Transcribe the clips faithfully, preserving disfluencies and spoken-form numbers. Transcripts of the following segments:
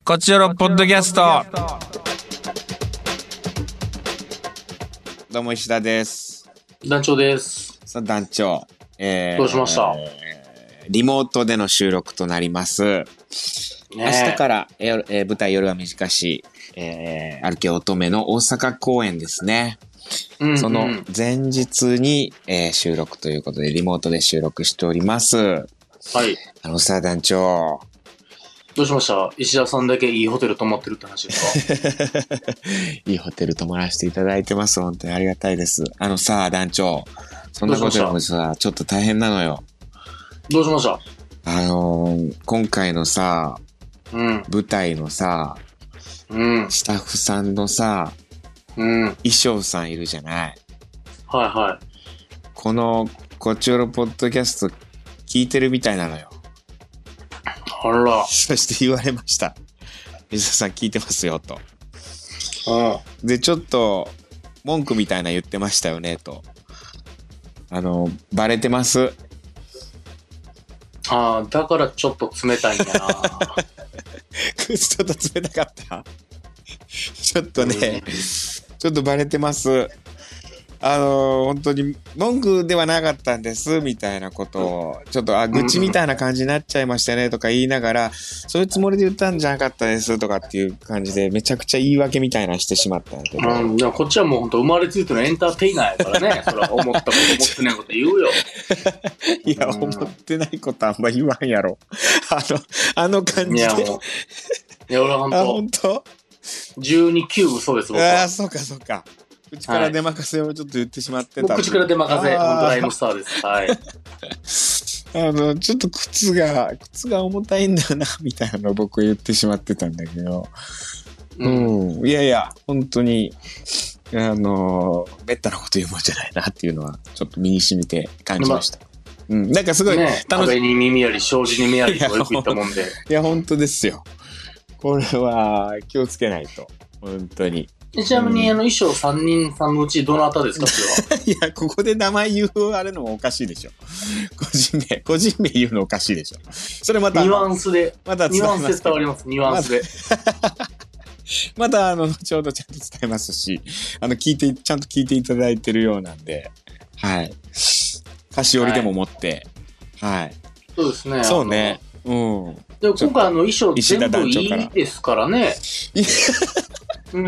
こちらのポッドキャスト。どうも石田です。 団長です。 さあ団長、えー、 どうしました？ えー、リモートでの収録となります。ね、明日から、えーえー、舞台夜は短し、えー、歩け乙女の大阪公演ですね。うんうん、その前日に、えー、収録ということでリモートで収録しております。はい。あのさ団長。 どうしました？石田さんだけいいホテル泊まってるって話ですか？ いいホテル泊まらせていただいてます。本当にありがたいです。あのさ団長、そんなことよりもさ、ちょっと大変なのよ。 どうしました？ あのー、今回のさ、うん、舞台のさ、うん、スタッフさんのさ、うん、衣装さんいるじゃない。 はいはい。 このこちらのポッドキャスト聞いてるみたいなのよ。 あら。 そして言われました。石田さん聞いてますよと。うん。でちょっと文句みたいな言ってましたよねと。あのバレてます。 ああ、だからちょっと冷たいんやな。ちょっと冷たかった。ちょっとね、うん、ちょっとバレてます。あのー、本当に文句ではなかったんですみたいなことをちょっとあ愚痴みたいな感じになっちゃいましたねとか言いながら、そういうつもりで言ったんじゃなかったですとかっていう感じでめちゃくちゃ言い訳みたいなしてしまったんだけど、 うん、でもこっちはもう本当生まれついてのエンターテイナーやからね。それは思ったこと思ってないこと言うよ。 いや、うん、思ってないことあんま言わんやろ。あのあの感じで。いやもういや俺は本当。 あ本当。 じゅうにきゅう嘘です僕は。 ああそうかそうか。口から出任せをちょっと言ってしまってた、 はい、口から出任せ、本当ライムスターです。 はい。あの、ちょっと靴が、靴が重たいんだよな、みたいなのを僕言ってしまってたんだけど。うん。うん、いやいや、本当に、あの、めったなこと言うもんじゃないなっていうのは、ちょっと身に染みて感じました。まうん。なんかすごい楽しい。 ね、壁に耳あり、障子に目ありとよく言ったもんで。 いや、本当ですよ。これは気をつけないと。本当に。 ちなみに、うん、あの衣装さんにんさんのうちどなたですかそれは。 いや、ここで名前言うあれのもおかしいでしょ。個人名、個人名言うのおかしいでしょ。それまた。 ニュアンスで。 またニュアンスで伝わります。ニュアンスで。 また、あの、後ほどちゃんと伝えますし、あの、聞いて、ちゃんと聞いていただいてるようなんで、はい。菓子折りでも持って、はい。はい、 そうですね。 そうね。うん。 でも今回あの衣装全部いいですからね。うん。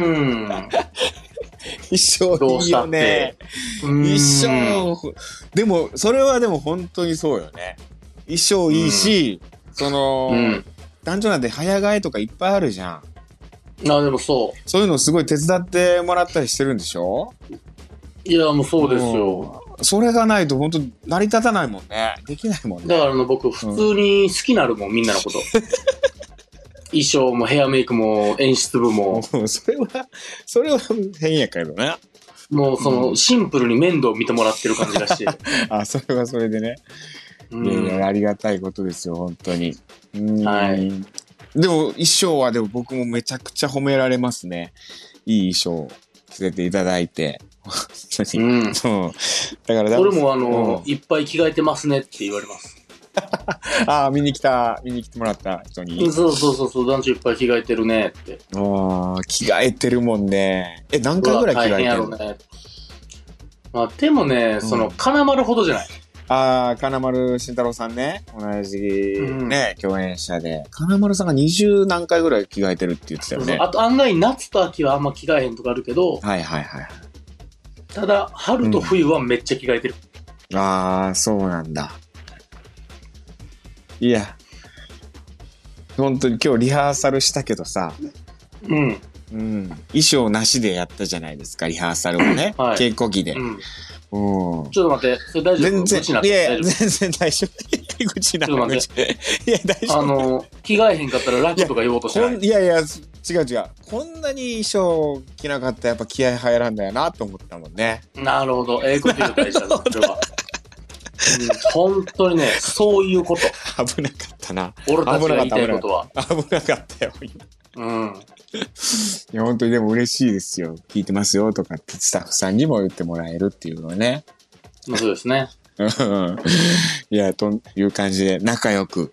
衣装いいよね。衣装。でも、それはでも本当にそうよね。衣装いいし、うん、その、うん、男女なんて早替えとかいっぱいあるじゃん。 あ、でもそう。 そういうのすごい手伝ってもらったりしてるんでしょ？ いや、もうそうですよ。 うん、それがないと本当成り立たないもんね。できないもんね。 だからあの僕、普通に好きになるもん、うん、みんなのこと。衣装もヘアメイクも演出部も。 もうそれは、それは変やけどね。 もうその、シンプルに面倒見てもらってる感じがして。 あ、それはそれでね。うん、いやいや、ありがたいことですよ、本当に。うんはい。でも、衣装はでも僕もめちゃくちゃ褒められますね。いい衣装着せていただいて。本当に。うん。そう。 だから俺もあの、うん、いっぱい着替えてますねって言われます。 ああ、見に来た、見に来てもらった人に。 そうそうそうそう、男女いっぱい着替えてるねって。 ああ、着替えてるもんね。え、何回ぐらい着替えてるの？大変やろね。 まあ、でもね、うん、その、金丸ほどじゃない。 ああ、金丸慎太郎さんね。同じ、ね、うん、共演者で。金丸さんが二十何回ぐらい着替えてるって言ってたよね。 そうそう、あと案外夏と秋はあんま着替えへんとかあるけど。 はいはいはい。 ただ、春と冬はめっちゃ着替えてる。 うん、ああ、そうなんだ。いや、本当に今日リハーサルしたけどさ、うん。うん。衣装なしでやったじゃないですか、リハーサルをね。はい、稽古着で。うん。 うん、ちょっと待って、それ大丈夫？ 全然、いやいや、全然大丈夫。口なの。いや、大丈夫。 あの、着替えへんかったら楽とか言おうとしてない。 いやいや、違う違う。こんなに衣装着なかったらやっぱ気合入らんだよなと思ったもんね。 なるほど。ええこと言う大事だな、それは。うん、本当にね、そういうこと。 危なかったな。 俺たちが言いたいことは。 危なかったよ、今。うん。いや、本当にでも嬉しいですよ。聞いてますよとかってスタッフさんにも言ってもらえるっていうのはね。 まあそうですね。 いや、という感じで仲良く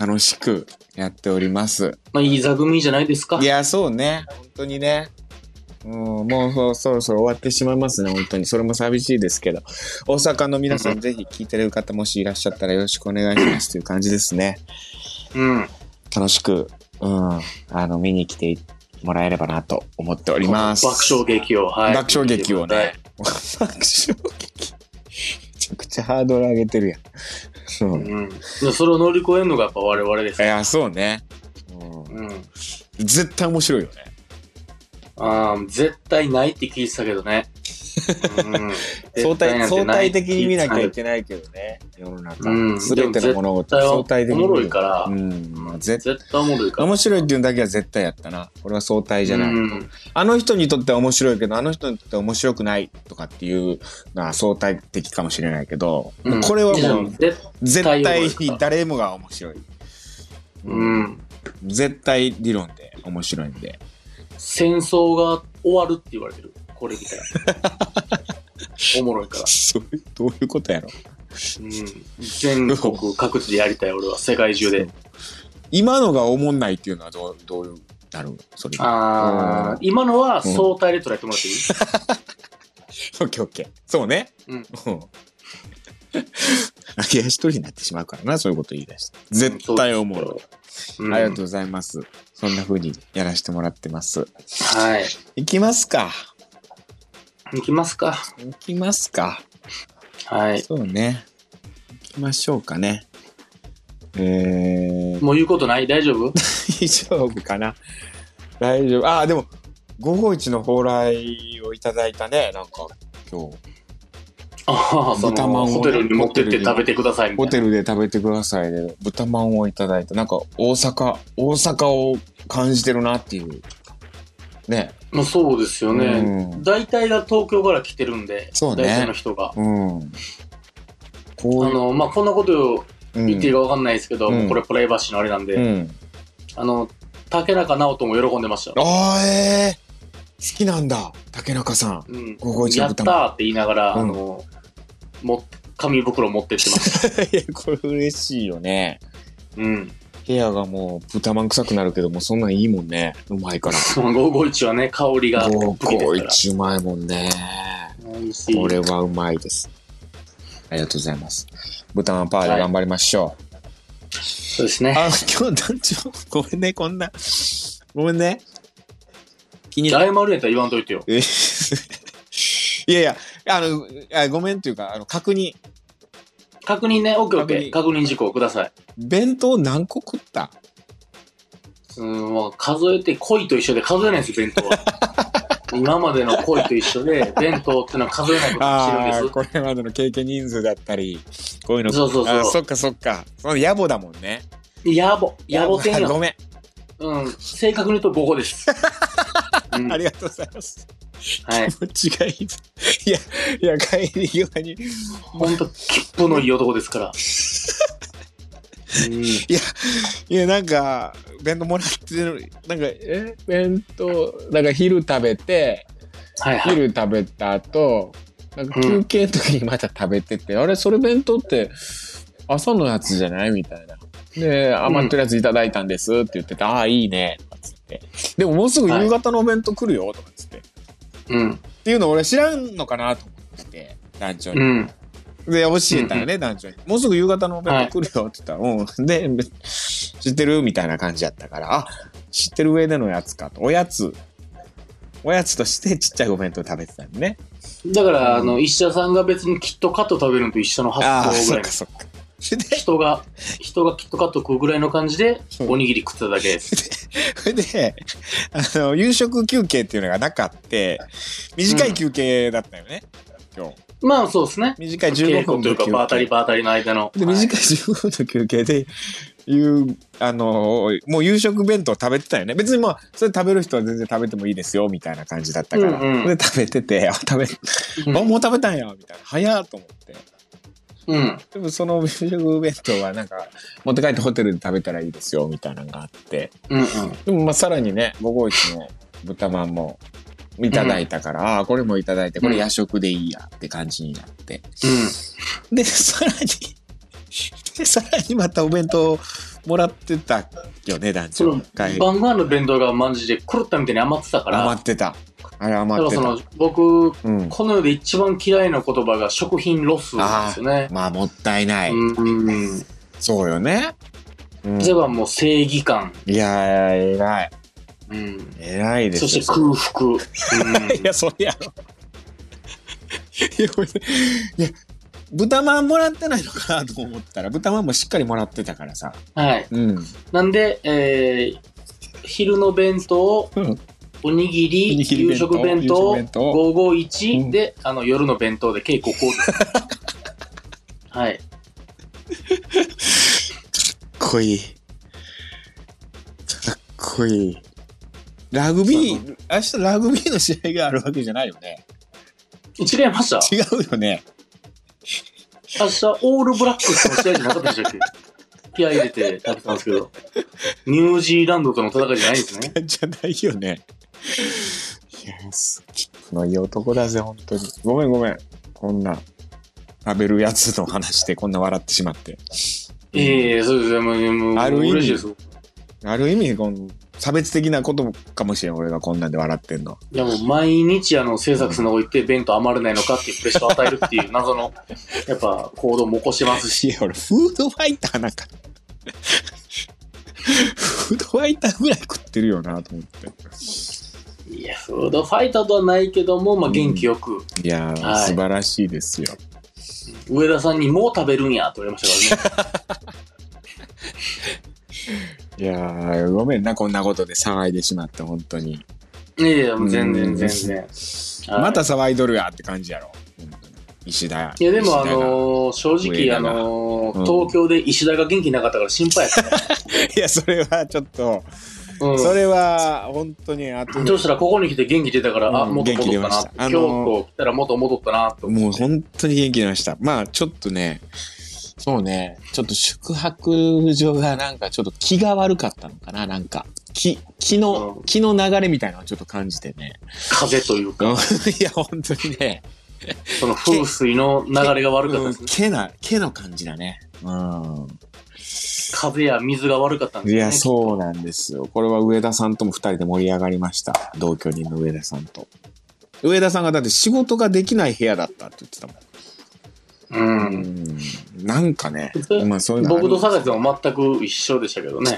楽しくやっております。 まあ、いい座組じゃないですか。 いや、そうね。本当にね。うん、もうそ、そろそろ終わってしまいますね、本当に。それも寂しいですけど。大阪の皆さん、ぜひ聞いてる方もしいらっしゃったらよろしくお願いしますという感じですね。 うん。 楽しく、うん、あの、見に来てもらえればなと思っております。 爆笑劇を、はい。 爆笑劇をね。爆笑劇。めちゃくちゃハードル上げてるやん。そう。 うん。それを乗り越えるのがやっぱ我々です。 いや、そうね。うん。うん、絶対面白いよね。 ああ、絶対ないって聞いてたけどね。うん、 相対、相対的に見なきゃいけないけどね、世の中。すべ、うん、ての物事相対的に。 おもろいから。 うん。 絶対おもろいから。 面白いっていうだけは絶対やったな。これは相対じゃない。うん、あの人にとっては面白いけど、あの人にとっては面白くないとかっていうのは相対的かもしれないけど、うん、これはもう、絶対に誰もが面白い。うん。絶対理論で面白いんで。 戦争が終わるって言われてる。これ見たら。おもろいから。 それどういうことやろ。 うん。全国各地でやりたい俺は、世界中で。 今のがおもんないっていうのはどう、どういう、なるそれ。 ああ、今のは相対で捉えてもらっていい？ オッケーオッケー。そうね。うん。揚げ足取りになってしまうからな、そういうこと言い出して。絶対おもろい。うん、ありがとうございます。そんな風にやらせてもらってます。 はい。 行きますか。 行きますか。 行きますか。 はい。 そうね。行きましょうかね。えー。 もう言うことない？大丈夫？ 大丈夫かな。大丈夫。ああ、でも、ごごいちの蓬莱をいただいたね、なんか、今日。 ああ、豚まんを、ね、ホテルに持ってって食べてくださいみたいな。 ホテルで食べてくださいで、豚まんをいただいて、なんか大阪、大阪を感じてるなっていう。ね。 まあそうですよね。うん、大体が東京から来てるんで、 そうね。 大体の人が。 うん。 こういうあの、まあこんなことを言っていいかわかんないですけど、うん、もうこれプライバシーのあれなんで、うん、あの、竹中直人も喜んでました。 ああ、ええー、好きなんだ、竹中さん。うん、ごごいちの豚まん。 やったーって言いながら、うん、あの、も、紙袋持ってってました。 いや、これ嬉しいよね。 うん。 部屋がもう豚まん臭くなるけども、そんなんいいもんね。うまいから。 ごごいちはね、香りが。 ごごいちうまいもんね。 美味しい。 これはうまいです。ありがとうございます。豚まんパワーで頑張りましょう。はい、 そうですね。 あ、今日団長、ごめんね、こんな。ごめんね。 気になる。謝るやったら言わんといてよ。 いやいや、あの、あごめんっていうか、あの、確認。 確認ね、オッケーオッケー。確認事項ください。 弁当何個食った？ うん、まあ、数えて、恋と一緒で数えないんですよ、弁当は。今までの恋と一緒で、弁当ってのは数えないことにしてるんです。ああ、 これまでの経験人数だったり、こういうの。 そうそうそう。 あそっかそっか。その野暮だもんね。 野暮。野暮てんよ。 ごめん。 うん、正確に言うとごこです。 うん、ありがとうございます。 はい。 気持ちがいい。いや、いや、帰り際に。 ほんと、切符のいい男ですから。 うん、いや、いや、なんか、弁当もらってる、なんか、え弁当、なんか昼食べて、 はいはい、 昼食べた後、なんか休憩の時にまた食べてて、うん、あれ、それ弁当って、朝のやつじゃないみたいな。で、余ってるやついただいたんですって言ってて、うん、ああ、いいね、とかつって。でももうすぐ夕方のお弁当来るよ、とかつって。 うん。 っていうの俺知らんのかなと思って、団長に。うん。で、教えたらね、うん、団長に。もうすぐ夕方のお弁当来るよって言ったら、はい、うん。で、知ってるみたいな感じやったから、あ、知ってる上でのやつかと。おやつ、おやつとしてちっちゃいお弁当食べてたんね。 だから、うん、あの、医者さんが別にキットカット食べるのと一緒の発想ぐらい。あ、そっかそっか。人が、人がキットカット食うぐらいの感じで、おにぎり食ってただけです。 それで、あの、夕食休憩っていうのがなかって、短い休憩だったよね、うん、今日。 まあそうですね。 短いじゅうごふんの休憩。 というか、場当たり場当たりの間の。 で、短いじゅうごふんの休憩で、いう、あの、もう夕食弁当食べてたよね。別にまあ、それ食べる人は全然食べてもいいですよ、みたいな感じだったから。うんうん、で、食べてて、あ、食べ、うん、あ、もう食べたんや、みたいな。早ーと思って。 うん。 でもその夕食弁当はなんか、持って帰ってホテルで食べたらいいですよ、みたいなのがあって。 うんうん。 でもまあさらにね、ごごいちの豚まんもいただいたから、うん、ああ、これもいただいて、これ夜食でいいやって感じになって。 うん。 で、さらに、で、さらにまたお弁当もらってたよね、団そ長。 の晩ご飯の弁当がマジで狂ったみたいに余ってたから。 余ってた。あれ余ってた。 だからその僕、うん、この世で一番嫌いな言葉が食品ロスなんですよね。 まあもったいない。 うん、 そうよね。 じゃあもう正義感。 いやー、偉い。 うん。 偉いですよ。 そして空腹。うん、 いや、それやろ。いや、豚まんもらってないのかなと思ったら、豚まんもしっかりもらってたからさ。 はい。うん。なんで、えー、昼の弁当、うんおにぎり、夕食弁当、ごーごーいちで、うん、あの、夜の弁当で計ごこです。はい。 かっこいい。かっこいい。ラグビー、明日ラグビーの試合があるわけじゃないよね。 違いました？ 違うよね。 明日、オールブラックスの試合じゃなかったでしたっけ？気合い入れて食べてたんですけど。ニュージーランドとの戦いじゃないですね。 じゃないよね。いや、すごいいい男だぜ、本当に。ごめんごめん。こんな、食べるやつの話でこんな笑ってしまって。 ええー、そうですね。もう、もうある意味、 ある意味、この差別的なことかもしれん、俺がこんなんで笑ってんの。 いや、もう毎日、あの、制作するのを言って、弁当余らないのかっていうプレッシャーを与えるっていう謎の、やっぱ、行動も起こしますし。 いや、俺、フードファイターなんか、フードファイターぐらい食ってるよなと思って。 いや、フードファイターとはないけども、まあ、元気よく。うん、 いや、はい、素晴らしいですよ。 上田さんにもう食べるんやと言われましたからね。 いやー、ごめんな、こんなことで騒いでしまって、本当に。 いやいや、もう全然全然。 また騒いどるやって感じやろ。石田。 いや、でも、あのー、正直、あのーうん、東京で石田が元気なかったから心配やった。 いや、それはちょっと、うん、それは本当にあとどうしたらここに来て元気出たから、うん、あ、元気出ました。あのー、京都来たら元戻ったなと。 もう本当に元気出ました。まあちょっとね、そうね、ちょっと宿泊所がなんかちょっと気が悪かったのかな、なんか。気、気の、うん、気の流れみたいなのをちょっと感じてね。 風というか。 いや、本当にね。 その風水の流れが悪かったですね。 毛な、毛の感じだね。うん。 風や水が悪かったんですね。 いや、そうなんですよ。これは上田さんとも二人で盛り上がりました。同居人の上田さんと。上田さんがだって仕事ができない部屋だったって言ってたもん。うん。なんかね。 まあそういうの僕と坂井さんは全く一緒でしたけどね。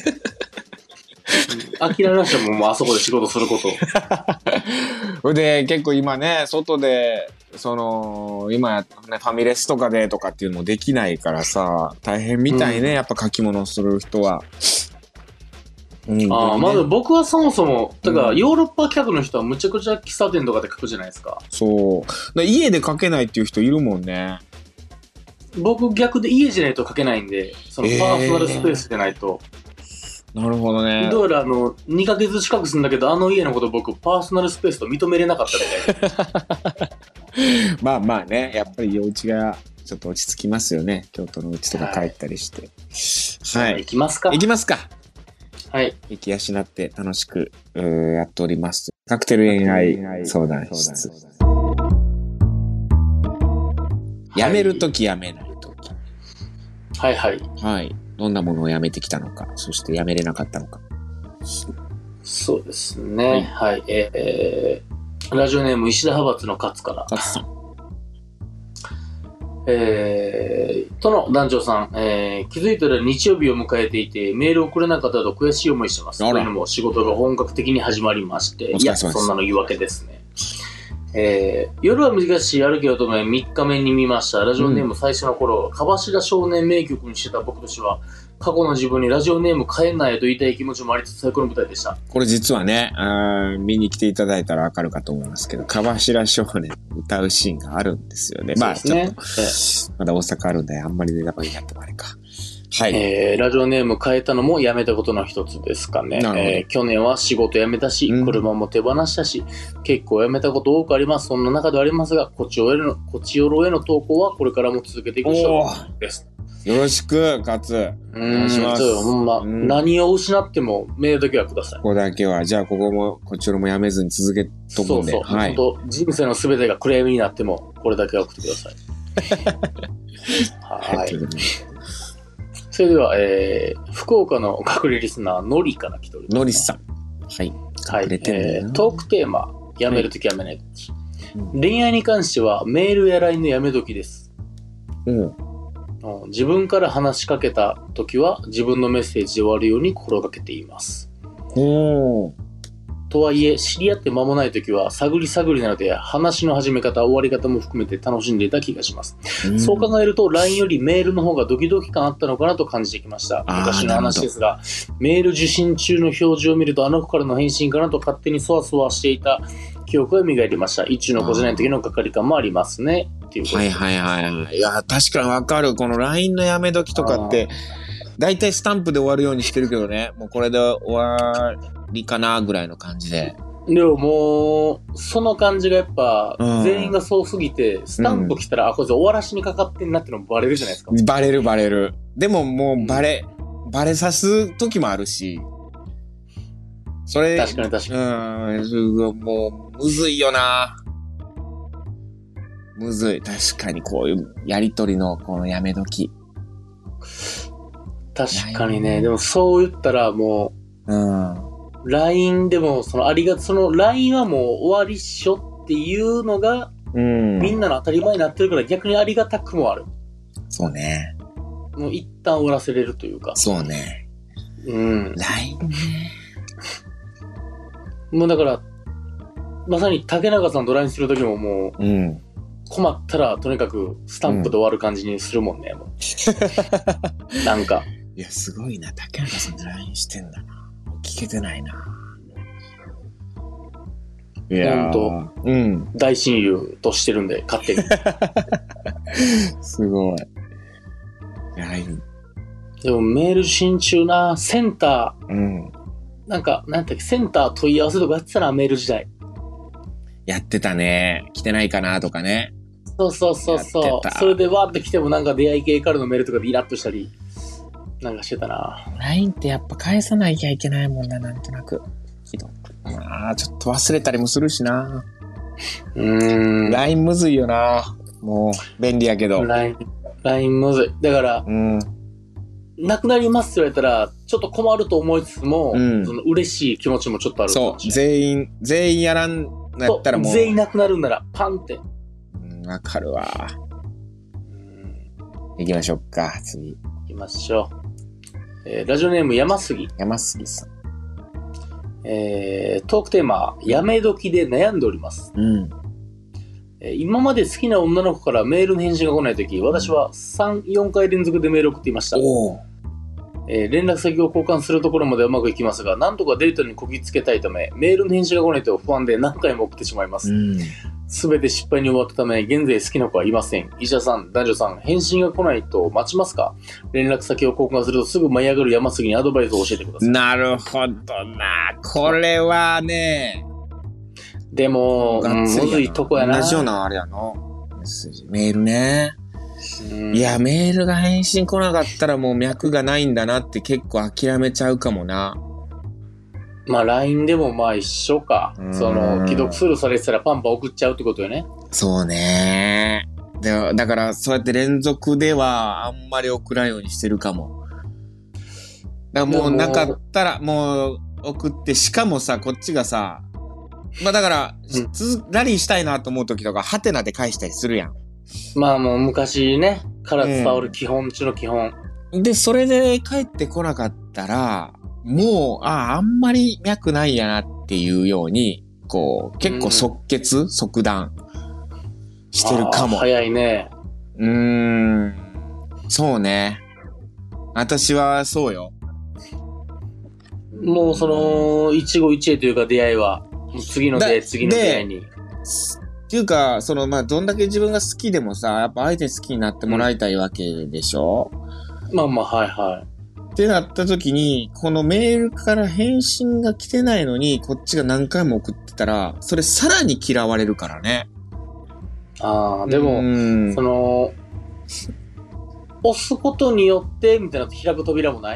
諦めましたもん、もうあそこで仕事すること。 それで結構今ね、外で、その、今や、ね、ファミレスとかでとかっていうのもできないからさ、大変みたいね、うん、やっぱ書き物する人は。 うん、ああ、ね、まず僕はそもそも、だからヨーロッパ客の人はむちゃくちゃ喫茶店とかで書くじゃないですか。 そう。だ家で書けないっていう人いるもんね。 僕逆で家じゃないと書けないんで、そのパーソナルスペースでないと。 えー、なるほどね。 どうやらあの、にかげつ近くするんだけど、あの家のこと僕パーソナルスペースと認めれなかったみたいで。まあまあね、やっぱりお家がちょっと落ち着きますよね。京都の家とか帰ったりして。 はい。はい、行きますか。 行きますか。 はい。 行き養って楽しくやっております。カクテル恋愛相談室。やめるときやめないとき。 はいはい。 はい。どんなものをやめてきたのか、そしてやめれなかったのか。 そうですね。はい。はい、えー、ラジオネーム石田派閥の勝から。 勝さん。 えー、との団長さん、えー、気づいたら日曜日を迎えていてメールをくれなかったと悔しい思いしてます。というのも仕事が本格的に始まりまして、いや、そんなの言い訳ですね。えー、夜は難しい歩き乙女みっかめに見ました。ラジオネーム最初の頃、うん、かしら少年名曲にしてた僕としては過去の自分にラジオネーム変えないと言いたい気持ちもありつつ最高の舞台でした。 これ実はね、あ見に来ていただいたらわかるかと思いますけど、かしら少年歌うシーンがあるんですよね。まあちょっと、えー、まだ大阪あるんであんまりネタバレになってもあれか。はい、 えー。ラジオネーム変えたのもやめたことの一つですかね。えー、去年は仕事辞めたし、うん、車も手放したし、結構辞めたこと多くあります。そんな中ではありますが、こちおろへの、こちおろへの投稿はこれからも続けていく所存です。 よろしく、勝。お願いします。 そうほんま、うん、何を失ってもメールだけはください。 ここだけは、じゃあここも、こちらもやめずに続けと思うんで。 そうそう。はい、本当人生のすべてがクレームになっても、これだけは送ってください。はい。 それでは、えー、福岡の隠れリスナー、のりから来ております。 のりさん。はい。 はい。えー、トークテーマ、やめるときやめないとき、はい。恋愛に関しては、メールや ライン のやめ時です。うん。自分から話しかけたときは、自分のメッセージで終わるように心がけています。おー。とはいえ、知り合って間もないときは、探り探りなので、話の始め方、終わり方も含めて楽しんでいた気がします。うん、そう考えると、ライン よりメールの方がドキドキ感あったのかなと感じてきました。昔の話ですが、メール受信中の表示を見ると、あの子からの返信かなと勝手にそわそわしていた記憶が蘇りました。一中の子じゃない時の係感もありますね。っていうことはいはいはい。いや、確かにわかる。この ライン のやめ時とかって、だいたいスタンプで終わるようにしてるけどね。もうこれで終わりかなぐらいの感じで。 でももう、その感じがやっぱ、全員がそうすぎて、スタンプ来たら、うん、あ、こいつ終わらしにかかってんなってのもバレるじゃないですか。 バレるバレる。でももうバレ、うん、バレさす時もあるし。それ、 確かに確かに。うん、もう、むずいよな。むずい。確かにこういうやりとりのこのやめ時。 確かにね。でもそう言ったらもう、うん。ライン でも、そのありが、その ライン はもう終わりっしょっていうのが、うん、みんなの当たり前になってるから逆にありがたくもある。 そうね。 もう一旦終わらせれるというか。 そうね。 うん。 ライン ね。 もうだから、まさに竹中さんと ライン するときももう、うん、困ったらとにかくスタンプで終わる感じにするもんね、うん、もう。なんか。 いや、すごいな。竹中さんと ライン してんだな。聞けてないな。 いやほんと、うん。大親友としてるんで、勝手に。 すごい。ライン。 でもメール受信中な、センター。うん。なんか、なんだっけ、センター問い合わせとかやってたな、メール時代。 やってたね。来てないかなとかね。 そうそうそうそう。それでわーって来てもなんか出会い系からのメールとかでイラッとしたり。なんかしてたな。 ライン ってやっぱ返さなきゃいけないもんな、なんとなく。ひどまあ、ちょっと忘れたりもするしな。うーん。ライン むずいよな。もう、便利やけど。 ライン、ライン むずい。だから、うん。なくなりますって言われたら、ちょっと困ると思いつつも、うん、その嬉しい気持ちもちょっとあるかもしれない。 そう、全員、全員やらんなったらもう。 全員なくなるんなら、パンって。 うん、わかるわ。行きましょうか、次。 行きましょう。えー、ラジオネーム山杉。 山杉さん。 えー、トークテーマ、やめ時で悩んでおります。うん。えー、今まで好きな女の子からメールの返信が来ないとき、私はさん、よんかい連続でメールを送っていました。おー。えー、連絡先を交換するところまではうまくいきますが、なんとかデートにこぎつけたいため、メールの返信が来ないと不安で何回も送ってしまいます。すべ、うん、て失敗に終わったため、現在好きな子はいません。医者さん、男女さん、返信が来ないと待ちますか？連絡先を交換するとすぐ舞い上がる山杉にアドバイスを教えてください。 なるほどな。これはね、 でも、うん、むずいとこやな。 同じようなあれやな。メールね。いや、メールが返信来なかったらもう脈がないんだなって結構諦めちゃうかもな。 まあ ライン でもまあ一緒か。その、既読スルーされてたらパンパン送っちゃうってことよね。 そうね。で、だからそうやって連続ではあんまり送らんようにしてるかも。だからもうなかったらもう送って、しかもさ、こっちがさ、まあだから、うん、ラリーしたいなと思う時とか、ハテナで返したりするやん。 まあもう昔ね、から伝わる基本中の基本。 うん、で、それで帰ってこなかったら、もう、ああ、あんまり脈ないやなっていうように、こう、結構即決、うん、即断してるかも。 早いね。 うーん。そうね。私はそうよ。 もうその、一期一会というか出会いは、次の出、次の出会いに。 っていうか、その、まあ、どんだけ自分が好きでもさ、やっぱ相手好きになってもらいたいわけでしょ？ うん、まあまあ、はいはい。 ってなった時に、このメールから返信が来てないのに、こっちが何回も送ってたら、それさらに嫌われるからね。 ああ、でも、その、押すことによって、みたいな開く扉もない？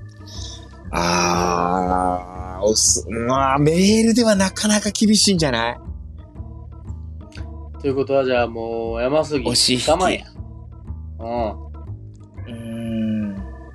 ああ、押す、まあ、メールではなかなか厳しいんじゃない？ ということは、じゃあもう、山杉、我慢や。うん。うーん。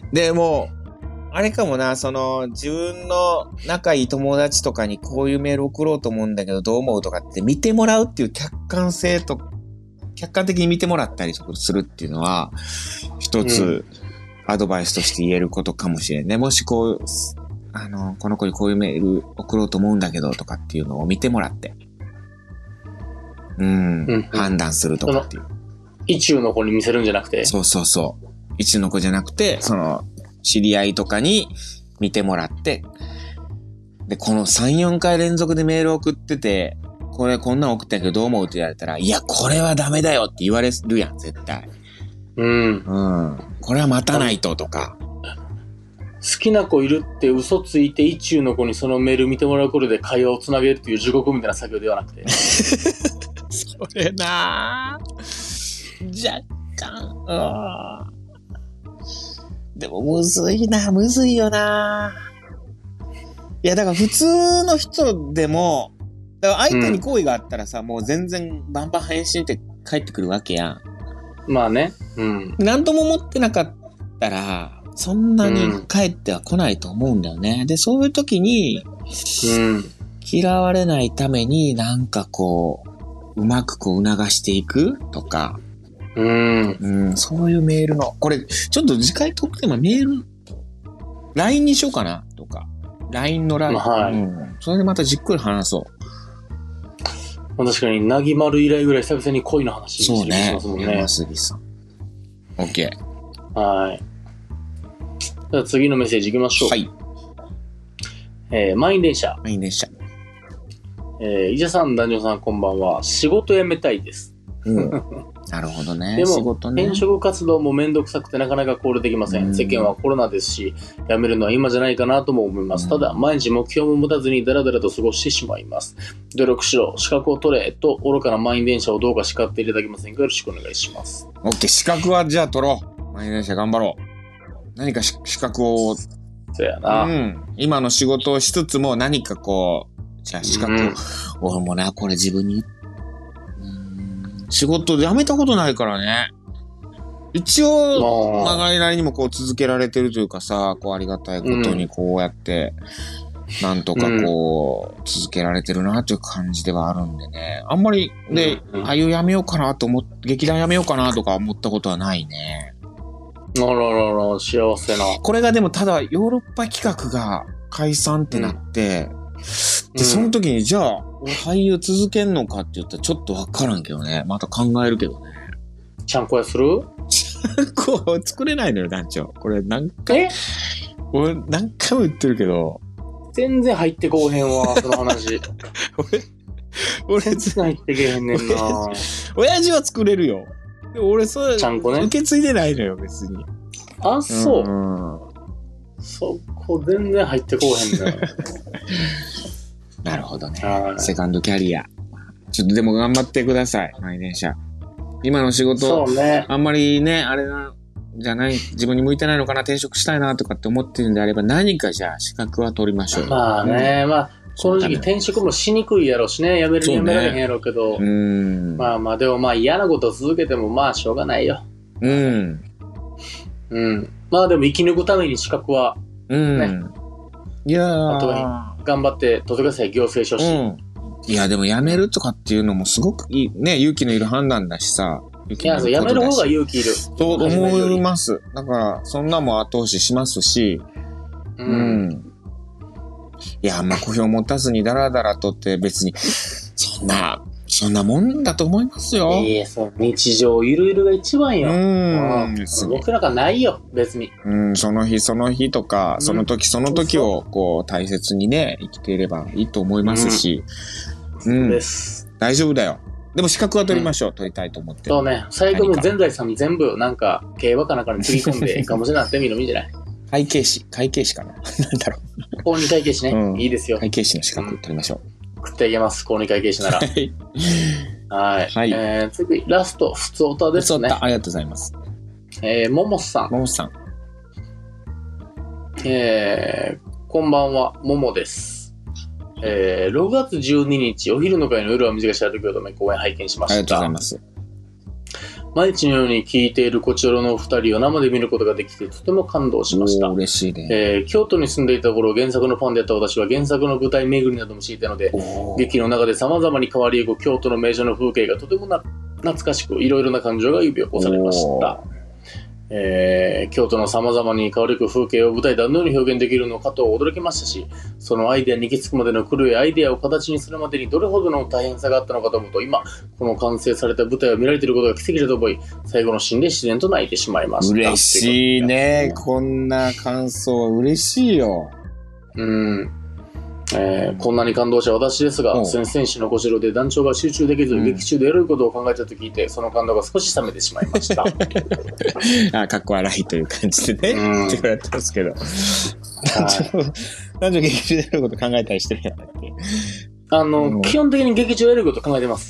で、もう、あれかもな、その、自分の仲いい友達とかにこういうメール送ろうと思うんだけど、どう思うとかって見てもらうっていう客観性と、客観的に見てもらったりするっていうのは、一つ、アドバイスとして言えることかもしれんね。もしこう、あの、この子にこういうメール送ろうと思うんだけど、とかっていうのを見てもらって。うん。うん、判断するとかっていう。 意中の子に見せるんじゃなくて。 そうそうそう。意中の子じゃなくて、その、知り合いとかに見てもらって、で、このさん、よんかい連続でメール送ってて、これこんなん送ったけどどう思うって言われたら、いや、これはダメだよって言われるやん、絶対。 うん。 うん。これは待たないととか。 好きな子いるって嘘ついて意中の子にそのメール見てもらうことで会話をつなげるっていう地獄みたいな作業ではなくて。 それなぁ。若干、あでもむずいな、むずいよな。いや、だから普通の人でも、だから相手に好意があったらさ、うん、もう全然バンバン返信って返ってくるわけやん。 まあね。うん。 なんとも思ってなかったら、そんなに返っては来ないと思うんだよね。うん、で、そういう時に、うん、嫌われないためになんかこう、うまくこう促していくとか、うん、うん、そういうメールの、これ、ちょっと次回トークテーマメール、ライン にしようかな、とか。ライン のライン。はい。うん。それでまたじっくり話そう。 確かに、なぎまる以来ぐらい久々に恋の話してますもんね。そうね。山杉さん。OK。 はい。じゃあ次のメッセージ行きましょう。はい。えー、満員電車。 満員電車。 えー、伊者さん、男女さん、こんばんは。仕事辞めたいです。 うん。なるほどね。 でも、仕事ね、転職活動もめんどくさくてなかなかコールできません。うん、世間はコロナですし、辞めるのは今じゃないかなとも思います。うん、ただ、毎日目標も持たずにダラダラと過ごしてしまいます。努力しろ、資格を取れと愚かな満員電車をどうか叱っていただけませんか。よろしくお願いします。 OK、資格はじゃあ取ろう。満員電車頑張ろう。何か資格を。 そうやな。 うん。今の仕事をしつつも何かこう、じゃあ資格を、うん、俺もな、これ自分に仕事辞めたことないからね。一応、長いなりにもこう続けられてるというかさ、こうありがたいことにこうやって、なんとかこう、続けられてるなという感じではあるんでね。あんまり、で、ああいう辞めようかなと思って、劇団辞めようかなとか思ったことはないね。 あららら、幸せな。 これがでもただヨーロッパ企画が解散ってなって、うんで、その時に、じゃあ、俳優続けんのかって言ったらちょっとわからんけどね。また考えるけどね。 ちゃんこ屋するちゃんこ作れないのよ、団長。これ何回、俺何回も言ってるけど。 全然入ってこうへんわ、その話。 俺、俺、 全然入ってけへんねんな。 親父は作れるよ。でも俺、それ、 ちゃんこね。 受け継いでないのよ、別に。 あ、そう。うんそこ全然入ってこうへんね。 なるほどね。セカンドキャリア。ちょっとでも頑張ってください、満員電車。今の仕事、そうね、あんまりね、あれな、じゃない、自分に向いてないのかな、転職したいなとかって思ってるんであれば、何かじゃあ資格は取りましょう。 まあね、うん、まあ、この時期転職もしにくいやろしね、やめるにやめられへんやろうけど、う、ね、んまあまあ、でもまあ嫌なことを続けてもまあしょうがないよ。うん。うん。まあでも生き抜くために資格は、ね。うん。いやー。あとは頑張って取ってください、行政書士。うん。 いや、でも辞めるとかっていうのもすごくいい、ね、勇気のいる判断だしさ。 いや、辞める方が勇気いる。 と思います。だから、そんなも後押ししますし、うん。うん、いや、まあ、小票持たずにダラダラとって別に、そんな、そんなもんだと思いますよ。 いや、そう、日常ゆるゆるが一番よ。うん。僕なんかないよ、別に。 うん、その日その日とか、その時その時を、こう、大切にね、生きていればいいと思いますし。うん。うん、そうです。大丈夫だよ。でも資格は取りましょう。うん、取りたいと思って。 そうね。最後の全財産全部、なんか、競馬かなんかにつぎ込んで、がむしゃらなってみるのいいんじゃない？会計士。会計士かな。なんだろう。 公認会計士ね、うん。いいですよ。 会計士の資格取りましょう。うん食っていけます、公認会計士なら。はい。はい。はい、えー、次、ラスト、ふつおたですね。 ふつおた、ありがとうございます。 えー、ももさん。 ももさん。 えー、こんばんは、ももです。えー、ろくがつじゅうににち、お昼の会の夜は短しあるけどめ公演拝見しました。 ありがとうございます。 毎日のように聞いているこちらのお二人を生で見ることができてとても感動しました。 嬉しいね。 えー、京都に住んでいた頃、原作のファンであった私は原作の舞台巡りなどもしていたので、劇の中で様々に変わりゆく京都の名所の風景がとてもな懐かしく、いろいろな感情が呼び起こされました。えー、京都の様々に変わりゆく風景を舞台でどのように表現できるのかと驚きましたし、そのアイデアに行き着くまでの狂いアイデアを形にするまでにどれほどの大変さがあったのかと思うと、今この完成された舞台を見られていることが奇跡だと思い、最後のシーンで自然と泣いてしまいました。 嬉しいね。こんな感想嬉しいよ。 うん。えー、こんなに感動した私ですが、先々週の小城で団長が集中できず、うん、劇中でエロいことを考えたと聞いて、その感動が少し冷めてしまいました。 あ、かっこ笑いという感じでね、うん、って言われてますけど。男女劇中でエロいこと考えたりしてるやんだっけ。 あの、うん、基本的に劇中でエロいこと考えてます。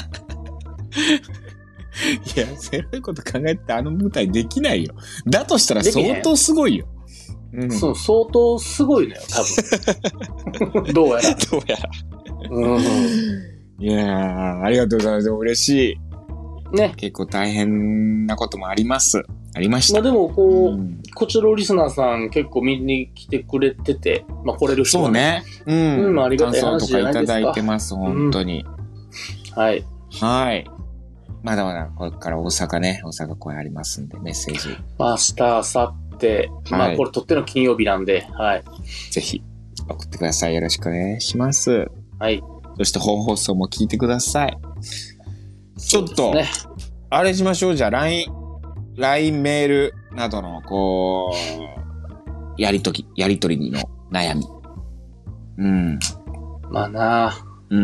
いや、エロいこと考えてあの舞台できないよ。だとしたら相当すごいよ。 うん、そう、相当すごいのよ、多分。どうやら。 どうやら。うん、いやー、ありがとうございます。嬉しい。ね。結構大変なこともあります。ありました。 まあでも、こう、うん、こちらのリスナーさん結構見に来てくれてて、まあ来れる人は、ね。 そうね。うん。 うん、まあありがたい話じゃないですか。 感想とかいただいてます、本当に。 うん、はい。 はい。まだまだこれから大阪ね、大阪公演ありますんで、メッセージ。 明日、明後日、まあこれ撮っての金曜日なんで、はい。 ぜひ送ってください。よろしくお願いします。 はい。 そして本放送も聞いてください。ちょっと、ね、あれしましょう。じゃあ ライン、ライン メールなどの、こう、やりとき、やりとりの悩み。うん。 まあなうん。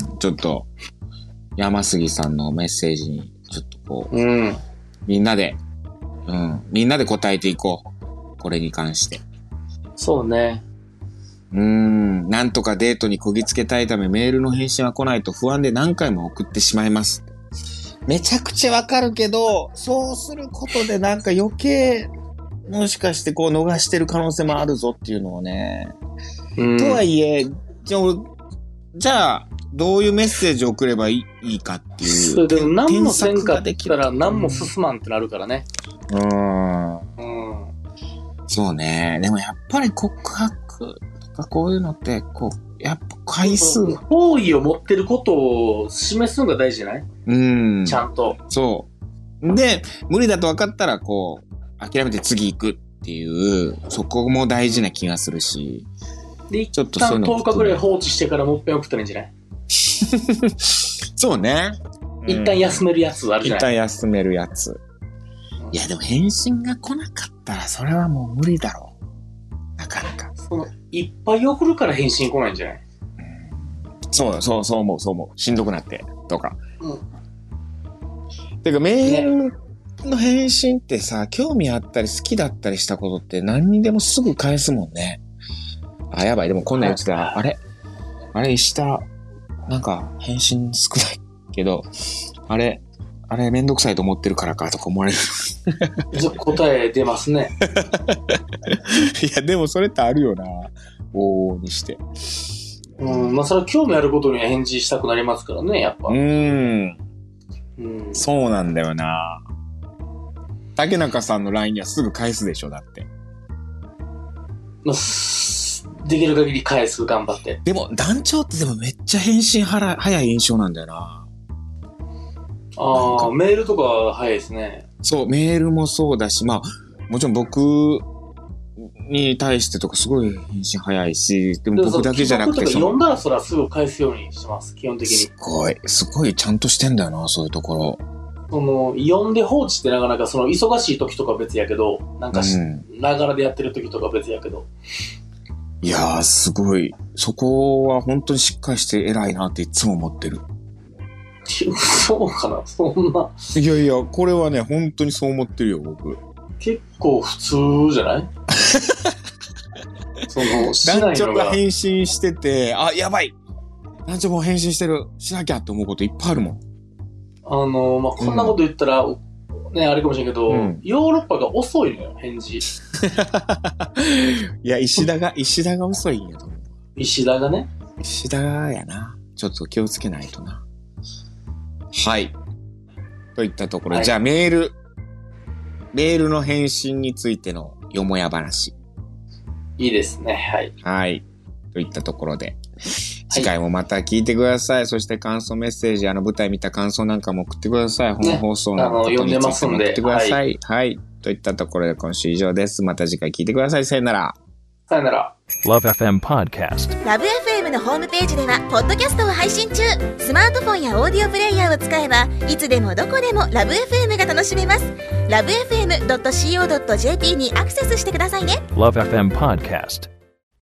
ちょっと、山杉さんのメッセージに、ちょっとこう、 うん、 みんなで、うん。みんなで答えていこう。これに関して。 そうね。 うーん。なんとかデートにこぎつけたいためメールの返信が来ないと不安で何回も送ってしまいます。めちゃくちゃわかるけど、そうすることでなんか余計、もしかしてこう逃してる可能性もあるぞっていうのをね。うん、とはいえ、じゃあ、じゃあ、どういうメッセージを送ればいいかっていう。 それでも何もせんかったら何も進まんってなるからね。 うーん。うん。そうね。でもやっぱり告白とかこういうのって、こう、やっぱ回数。 好意を持ってることを示すのが大事じゃない？ うん。 ちゃんと。 そう。で、無理だと分かったら、こう、諦めて次行くっていう、そこも大事な気がするし。 で、ちょっとそういうの。一旦とおかぐらい放置してからもっぺん送ったらいいんじゃない？ そうね。 一旦休めるやつあるじゃない？ 一旦休めるやつ。いや、でも返信が来なかったら、それはもう無理だろう。なかなか。 その、いっぱい送るから返信来ないんじゃない？ うん、そうそう、そう思う、そう思う。しんどくなって、とか。 うん。 てか、メールの返信ってさ、興味あったり好きだったりしたことって何にでもすぐ返すもんね。あ、やばい。でもこんなん言ってたら、あれあれ、石田、なんか返信少ないけど、あれ、あれめんどくさいと思ってるからかとか思われる。 答え出ますね。 いや、でもそれってあるよな。往々にして。 うん、まあそれは興味あることには返事したくなりますからね、やっぱ。 うーん。 うん。 そうなんだよな。竹中さんの ライン にはすぐ返すでしょ、だって。 まあ、できる限り返す、頑張って。 でも、団長ってでもめっちゃ返信はら早い印象なんだよな。 ああ、メールとか早いですね。 そう、メールもそうだし、まあ、もちろん僕に対してとかすごい返信早いし、でも僕だけじゃなくてその。読んだらそらすぐ返すようにします、基本的に。 すごい、すごいちゃんとしてんだよな、そういうところ。 その、読んで放置ってなかなかその忙しい時とか別やけど、なんかながらでやってる時とか別やけど。 いやー、すごい。そこは本当にしっかりして偉いなっていつも思ってる。 そうかな、そんな。 いやいや、これはね、本当にそう思ってるよ、僕。 結構普通じゃない？その、しないのが。団長が返信してて、あ、やばい！団長も返信してる。しなきゃって思うこといっぱいあるもん。 あの、まあ、こんなこと言ったら、うん、ね、あれかもしれんけど、うん、ヨーロッパが遅いのよ、返事。 いや、石田が、石田が遅いんやと思う。 石田がね。 石田やな。ちょっと気をつけないとな。はい。 といったところで、 はい、 じゃあメール、メールの返信についてのよもや話。 いいですね。はい。 はい。といったところで、次回もまた聞いてください。はい、そして感想メッセージ、あの舞台見た感想なんかも送ってください。本放送のことについても送ってください。ね、はい、はい。といったところで今週以上です。また次回聞いてください。さよなら。 さよなら。 Love エフエム Podcast。 ラブ エフエム のホームページではポッドキャストを配信中。スマートフォンやオーディオプレイヤーを使えばいつでもどこでもラブ エフエム が楽しめます。ラブエフエムドットシーオードットジェーピー にアクセスしてくださいね。 Love エフエム Podcast。